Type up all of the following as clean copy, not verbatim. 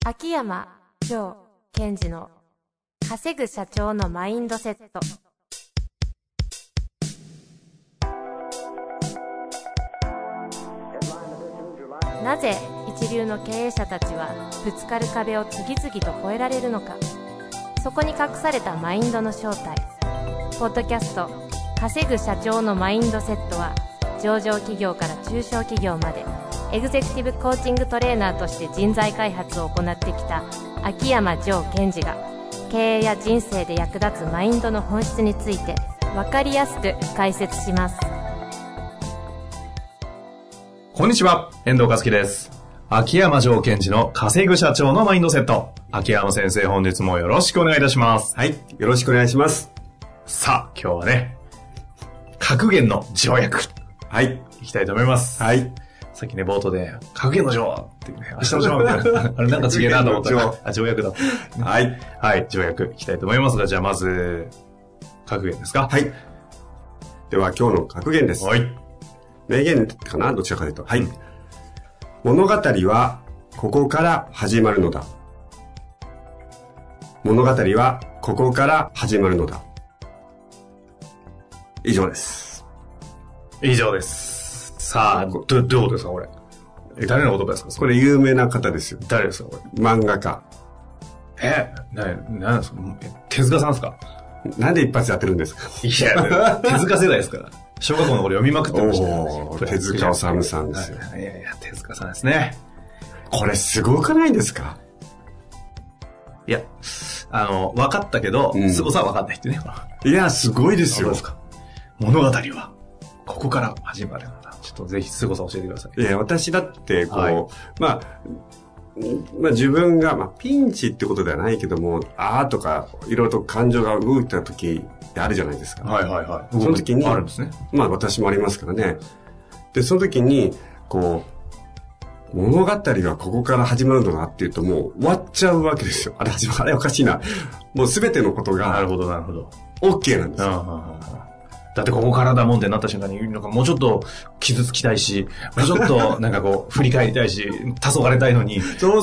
秋山城賢治の稼ぐ社長のマインドセット。なぜ一流の経営者たちはぶつかる壁を次々と越えられるのか。そこに隠されたマインドの正体。ポッドキャスト稼ぐ社長のマインドセットは、上場企業から中小企業までエグゼクティブコーチングトレーナーとして人材開発を行ってきた秋山城賢治が、経営や人生で役立つマインドの本質について分かりやすく解説します。 こんにちは、遠藤和樹です。秋山城賢治の稼ぐ社長のマインドセット。秋山先生、本日もよろしくお願いいたします。 はい、よろしくお願いします。 さあ、今日はね、格言の条約。 はい。 いきたいと思います。 はい。 さっきね、冒頭で、格言の条ってね、明日の条みたいな。あれなんか違えなと思ったら、条約だった。 はい。 はい、条約いきたいと思いますが、じゃあまず、格言ですか？ はい。では今日の格言です。 はい。 名言かな？どちらかというと。はい。物語はここから始まるのだ。物語はここから始まるのだ。以上です。 以上です。さあ、どういうことですか、これ。誰の言葉ですか？ これ有名な方ですよ。 誰ですか、これ。 漫画家。 なんですか？手塚さんですか？ なんで一発やってるんですか？ いや、手塚世代ですから。小学校の頃読みまくってましたよ。手塚治虫さんですよ。 いや、手塚さんですね。 これすごくないですか？ いや、分かったけど、凄さは分かんないってね。 いや、すごいですよ。 ですか。物語は、ここから始まるのだ。ちょっとぜひ凄さ教えてください。 いや、私だって、まあ自分が、ピンチってことではないけども、とか、いろいろと感情が動いた時ってあるじゃないですか。 はいはいはい。 その時に、 あるんですね。 私もありますからね。で、その時に、物語はここから始まるのだって言うともう終わっちゃうわけですよ。あれおかしいな。もうすべてのことが。 なるほどなるほど。 OK なんですよ。 だってここからだもんってなった瞬間に、なんかもうちょっと傷つきたいし、もうちょっとなんか振り返りたいし、黄昏たいのに。 そう。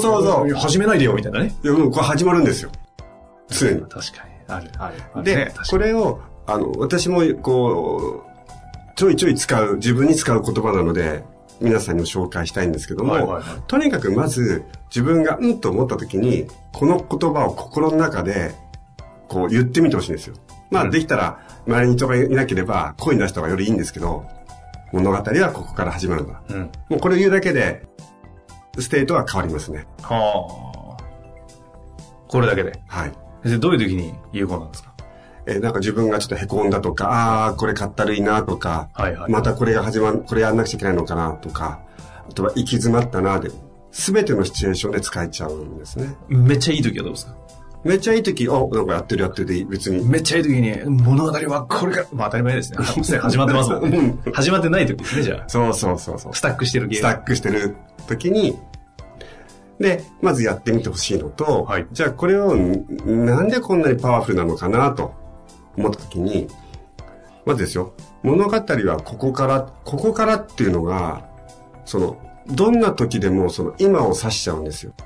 始めないでよみたいなね。 いや、もうこれ始まるんですよ。常に。 確かに。ある。 で、ね、これを、私もちょいちょい自分に使う言葉なので、皆さんにも紹介したいんですけども、とにかくまず自分がと思った時に、この言葉を心の中で言ってみてほしいんですよ。できたら周りに人がいなければ声に出した方がよりいいんですけど、物語はここから始まるんだ。もうこれを言うだけでステートは変わりますね。 はあ。これだけで。 はい。 どういう時に有効なんですか？ なんか自分がちょっと凹んだとか、これ買ったらいいなとか、またこれやんなくちゃいけないのかなとか、あとは行き詰まったなで、すべてのシチュエーションで使えちゃうんですね。 めっちゃいい時はどうですか？ めっちゃいい時、なんかやってるでいい、別に。 めっちゃいい時に、物語はこれから、当たり前ですね。始まってますもんね。始まってない時ですね、じゃあ。 そう。スタックしてるスタックしてる時に、で、まずやってみてほしいのと、じゃあこれを、なんでこんなにパワフルなのかなと思った時に、まずですよ、物語はここからっていうのが、どんな時でも今を指しちゃうんですよ。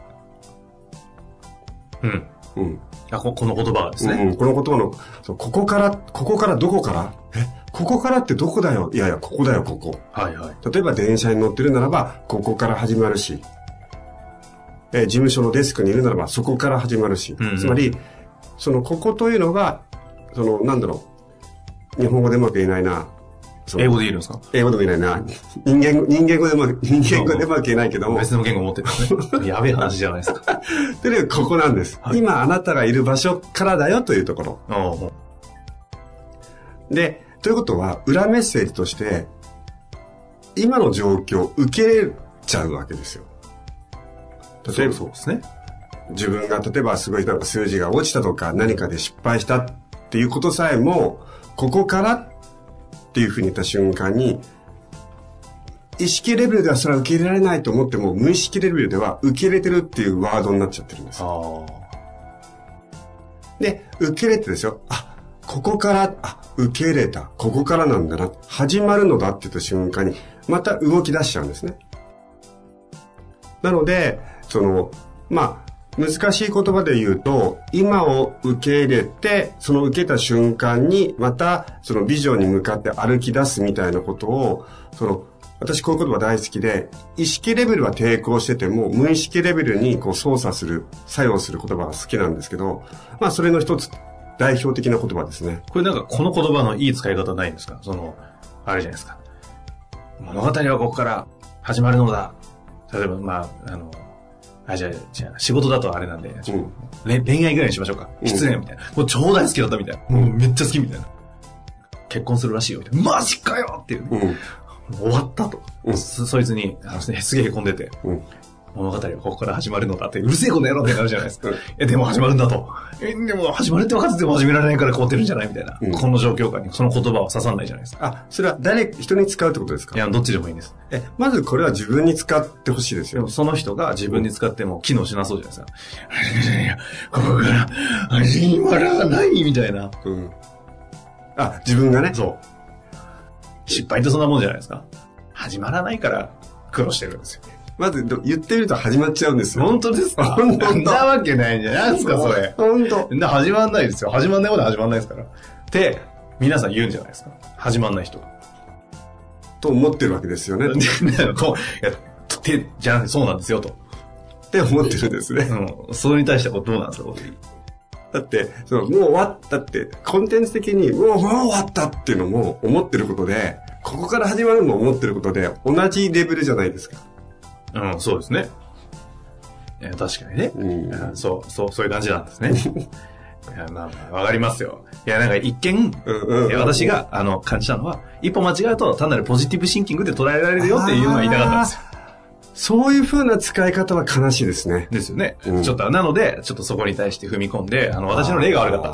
この言葉がですね。 この言葉の、ここからどこから？ここからってどこだよ？いや、ここだよ、ここ。例えば電車に乗ってるならば、ここから始まるし、事務所のデスクにいるならば、そこから始まるし。つまり、ここというのが、日本語でうまく言えないな。 英語で言えるんですか？ 英語でも言えないな。人間語でうまく言えないけども。 別の言語持ってるんですね。やべえ話じゃないですか。 とにかくここなんです。今あなたがいる場所からだよというところ。で、ということは、裏メッセージとして、今の状況を受け入れちゃうわけですよ。例えばそうですね。 自分が例えばすごい数字が落ちたとか何かで失敗したっていうことさえも、ここからっていうふうに言った瞬間に、意識レベルではそれは受け入れられないと思っても、無意識レベルでは受け入れてるっていうワードになっちゃってるんです。で、受け入れてですよ。ここから、受け入れた。ここからなんだな。始まるのだって言った瞬間に、また動き出しちゃうんですね。なので、 難しい言葉で言うと、今を受け入れて、その受けた瞬間に、また、そのビジョンに向かって歩き出すみたいなことを、私こういう言葉大好きで、意識レベルは抵抗してても、無意識レベルにこう操作する、作用する言葉が好きなんですけど、まあそれの一つ、代表的な言葉ですね。 これなんかこの言葉のいい使い方ないんですか？あれじゃないですか。物語はここから始まるのだ。例えば、まあ、じゃあ、仕事だとあれなんで、恋愛ぐらいにしましょうか。失恋みたいな。もう超大好きだったみたいな。もうめっちゃ好きみたいな。結婚するらしいよみたいな。マジかよっていう。終わったと。そいつに、すげえへこんでて。物語はここから始まるのだって、うるせえこの野郎ってなるじゃないですか。でも始まるんだと。でも始まるって分かってても始められないから凍ってるんじゃないみたいな。この状況下にその言葉は刺さんないじゃないですか。 あ、それは人に使うってことですか？ いや、どっちでもいいんです。 まずこれは自分に使ってほしいですよ。 でもその人が自分に使っても機能しなそうじゃないですか。いや、ここから始まらないみたいな。 あ、自分がね。 そう。失敗ってそんなもんじゃないですか。始まらないから苦労してるんですよ。 まず言ってみると始まっちゃうんですよ。 本当ですか？本当なわけないんじゃないですか、それ。 本当。 始まんないですよ。始まんないことは始まんないですから。って皆さん言うんじゃないですか。始まんない人と思ってるわけですよね。 じゃなくてそうなんですよと。 って思ってるんですね。 それに対してはどうなんですか？ だって、もう終わったって、コンテンツ的にもう終わったっていうのも思ってることで、ここから始まるのも思ってることで、同じレベルじゃないですか。 そうですね。確かにね。そういう感じなんですね。まあ、わかりますよ。いや、なんか一見、私が、感じたのは、一歩間違うと単なるポジティブシンキングで捉えられるよっていうのが言いたかったんですよ。 そういう風な使い方は悲しいですね。 ですよね。ちょっと、なので、ちょっとそこに対して踏み込んで、私の例が悪かった。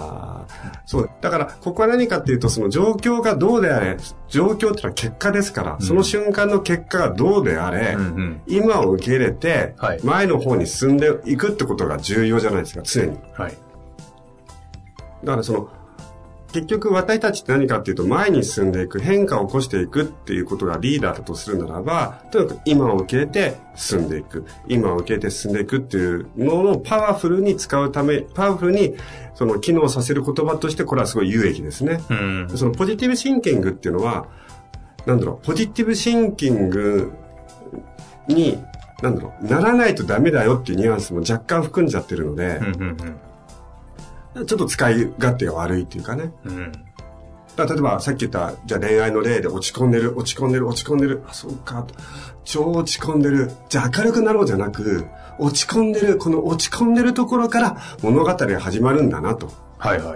そう。だから、ここは何かっていうと、その状況がどうであれ、状況っていうのは結果ですから、その瞬間の結果がどうであれ、今を受け入れて、前の方に進んでいくってことが重要じゃないですか、常に。はい。だから結局私たちって何かっていうと、前に進んでいく、変化を起こしていくっていうことがリーダーだとするならば、とにかく今を受け入れて進んでいく。今を受け入れて進んでいくっていうのをパワフルに使うため、パワフルに機能させる言葉としてこれはすごい有益ですね。そのポジティブシンキングっていうのは、ポジティブシンキングに、ならないとダメだよっていうニュアンスも若干含んじゃってるので、ちょっと使い勝手が悪いっていうかね。例えばさっき言った、じゃあ恋愛の例で落ち込んでる。あ、そうか。超落ち込んでる。じゃあ明るくなろうじゃなく、落ち込んでる。この落ち込んでるところから物語が始まるんだなと。はいはい。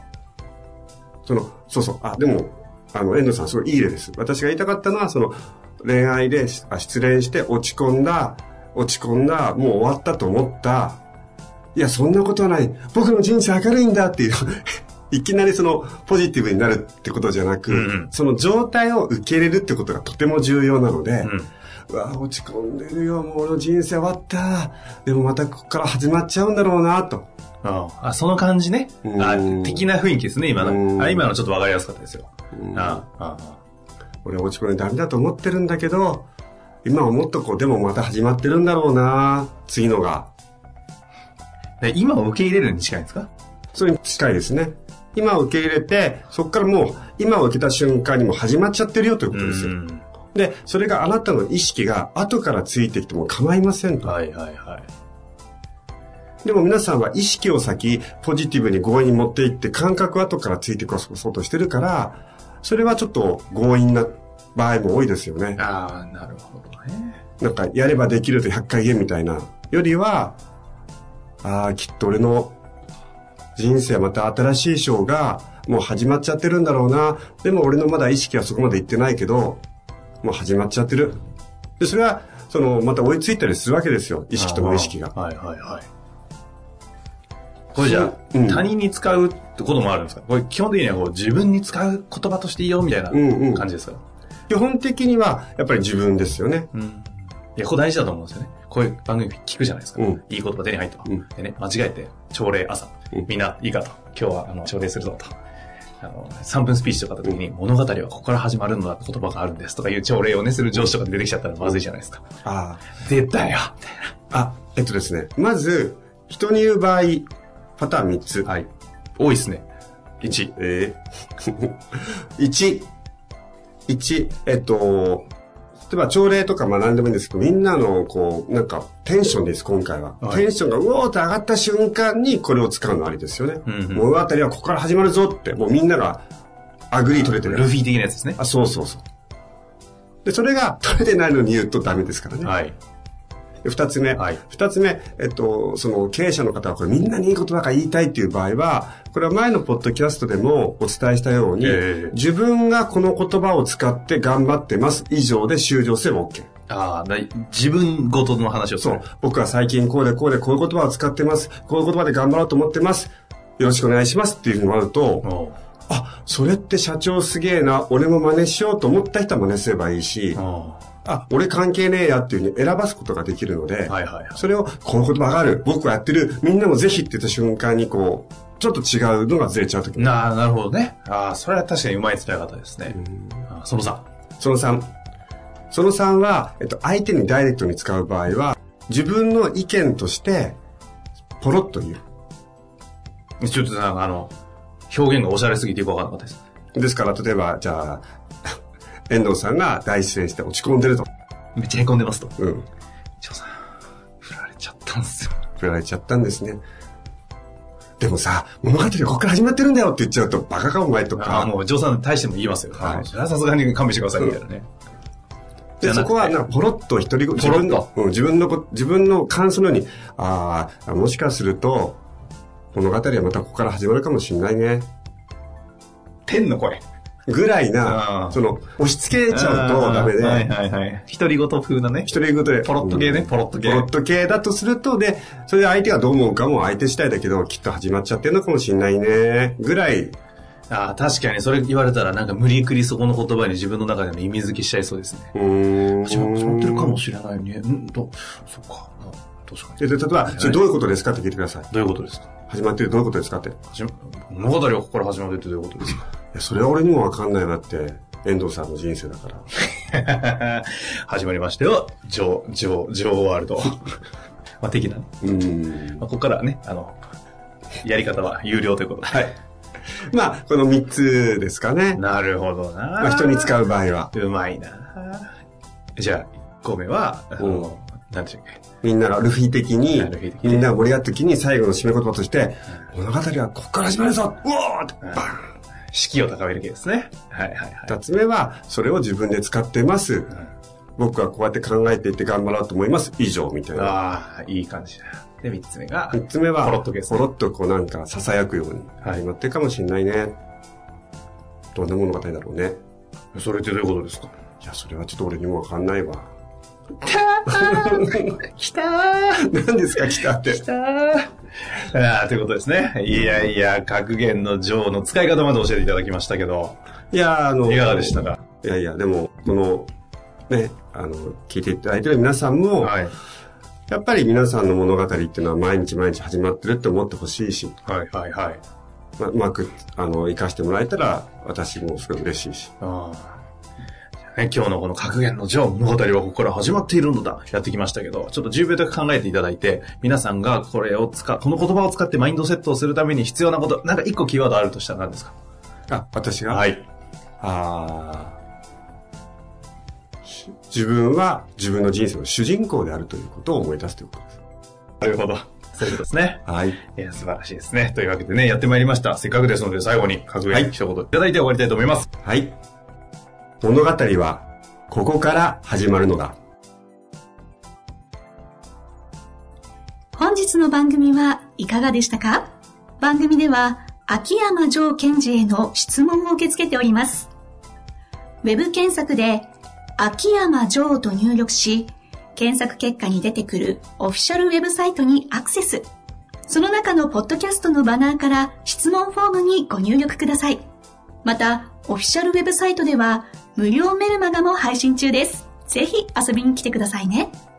そうそう。あ、でも、遠藤さんすごいいい例です。私が言いたかったのは、恋愛で失恋して落ち込んだ、もう終わったと思った。いや、そんなことはない。僕の人生明るいんだっていう。いきなりポジティブになるってことじゃなく、その状態を受け入れるってことがとても重要なので、うわ、落ち込んでるよ、もう俺の人生終わった。でもまたここから始まっちゃうんだろうな、と。 その感じね。的な雰囲気ですね、今の。今のちょっとわかりやすかったですよ。 俺落ち込んでダメだと思ってるんだけど、今思っとこう、でもまた始まってるんだろうな、次のが。 今を受け入れるに近いんですか？ それに近いですね。今を受け入れて、そこからもう今を受けた瞬間にも始まっちゃってるよということですよ。で、それがあなたの意識が後からついてきても構いませんと。はいはいはい。でも皆さんは意識を先ポジティブに強引に持っていって感覚は後からついてこそうとしてるから、それはちょっと強引な場合も多いですよね。 なるほどね。 なんかやればできると100回言えみたいなよりは、きっと俺の人生はまた新しい章がもう始まっちゃってるんだろうな。でも俺のまだ意識はそこまで行ってないけど、もう始まっちゃってる。で、それは、また追いついたりするわけですよ。意識と無意識が。はいはいはい。これじゃあ、他人に使うってこともあるんですか？これ基本的には自分に使う言葉としていいよみたいな感じですか？基本的にはやっぱり自分ですよね。いや、これ大事だと思うんですよね。こういう番組聞くじゃないですか。いい言葉手に入った。でね、間違えて、朝礼朝。みんないいかと。今日は朝礼するぞと。3分スピーチとかだった時に、物語はここから始まるのだって言葉があるんですとかいう朝礼をね、する上司とかで出てきちゃったらまずいじゃないですか。出たよみたいな。ですね。まず、 人に言う場合、パターン3つ。 はい。多いですね。1。 1。例えば朝礼とか学んでもいいんですけど、みんなのなんかテンションです、今回は。はい、テンションがうおーって上がった瞬間にこれを使うのありですよね。物語はここから始まるぞって、もうみんながアグリー取れてる。 ルフィ的なやつですね。 そうそうそう。で、それが取れてないのに言うとダメですからね。はい。二つ目。はい。二つ目、その経営者の方はこれみんなにいいことばかり言いたいっていう場合は、これは前のポッドキャストでもお伝えしたように、自分がこの言葉を使って頑張ってます以上で終了すれば OK。 自分ごとの話をする。 そう。僕は最近こういう言葉を使ってます。こういう言葉で頑張ろうと思ってます。よろしくお願いしますっていうふうになると、それって社長すげえな。俺も真似しようと思った人は真似すればいいし、俺関係ねえやっていうふうに選ばすことができるので、それをこの言葉がある。僕はやってる。みんなもぜひって言った瞬間にちょっと違うのがずれちゃうとき。 なるほどね。それは確かにうまい伝え方ですね。その3。 その3は、相手にダイレクトに使う場合は、自分の意見として、ポロッと言う。 ちょっと表現がおしゃれすぎてよくわからなかったです。 ですから、例えば、じゃあ、遠藤さんが大出演して落ち込んでると。 めっちゃ凹んでますと。 長さん、振られちゃったんですよ。 振られちゃったんですね。でもさ、物語がここから始まってるんだよって言っちゃうと、バカかお前とか。 もう、長さんに対しても言いますよ。それはさすがに勘弁してくださいみたいなね。 で、そこはポロッと独り言、自分の感想のように、もしかすると、物語はまたここから始まるかもしれないね。 天の声。 ぐらいな、押し付けちゃうとダメで。 独り言風なね。 独り言で。 ポロッと系ね、ポロッと系。 ポロッと系だとすると、で、それで相手がどう思うかも相手次第だけど、きっと始まっちゃってるのかもしれないね。ぐらい。 確かにそれ言われたらなんか無理くりそこの言葉に自分の中での意味付けしちゃいそうですね。始まってるかもしれないね。そっか。確かに。 例えば、それどういうことですかって聞いてください。 どういうことですか？ 始まってるどういうことですかって。 物語はここから始まるってどういうことですか？ いや、それは俺にもわかんないなって、遠藤さんの人生だから。 始まりましたよ。ジョーワールド。的な。ここからね、やり方は有料ということで。 はい。この3つですかね。 なるほどな。 人に使う場合は。 うまいな。じゃあ、1個目は、何でしたっけ？ みんながルフィ的に、みんなが盛り上がった時に最後の締め言葉として、物語はここから始まるぞ！うおーって、バン！ 士気を高める系ですね。 2つ目は、それを自分で使ってます。僕はこうやって考えていって頑張ろうと思います。以上、みたいな。 いい感じだ。で、3つ目が、 ポロッとですね。ポロッとなんか囁くように始まってるかもしれないね。どんな物語だろうね。 それってどういうことですか？ いや、それはちょっと俺にもわかんないわ。 来たー何ですか来たって。 来たーということですね。いや、格言のジョーの使い方まで教えていただきましたけど。 いや、 いかがでしたか？ いや、でも、ね、聞いていただいてる皆さんも、やっぱり皆さんの物語っていうのは毎日毎日始まってるって思ってほしいし、うまく、活かしてもらえたら、私もすごい嬉しいし。 今日のこの格言のジョー、物語はここから始まっているのだ、やってきましたけど、ちょっと10秒だけ考えていただいて、皆さんがこの言葉を使ってマインドセットをするために必要なこと、なんか1個キーワードあるとしたら何ですか？ 私が？ はい。 自分は自分の人生の主人公であるということを思い出すということです。 なるほど。そういうことですね。 はい。 いや、素晴らしいですね。というわけでね、やってまいりました。せっかくですので、最後に格言一言いただいて終わりたいと思います。 はい。物語は、ここから始まるのだ。 本日の番組はいかがでしたか？番組では、秋山城賢治への質問を受け付けております。ウェブ検索で、秋山城と入力し、検索結果に出てくるオフィシャルウェブサイトにアクセス。その中のポッドキャストのバナーから質問フォームにご入力ください。また、オフィシャルウェブサイトでは無料メルマガも配信中です。ぜひ遊びに来てくださいね。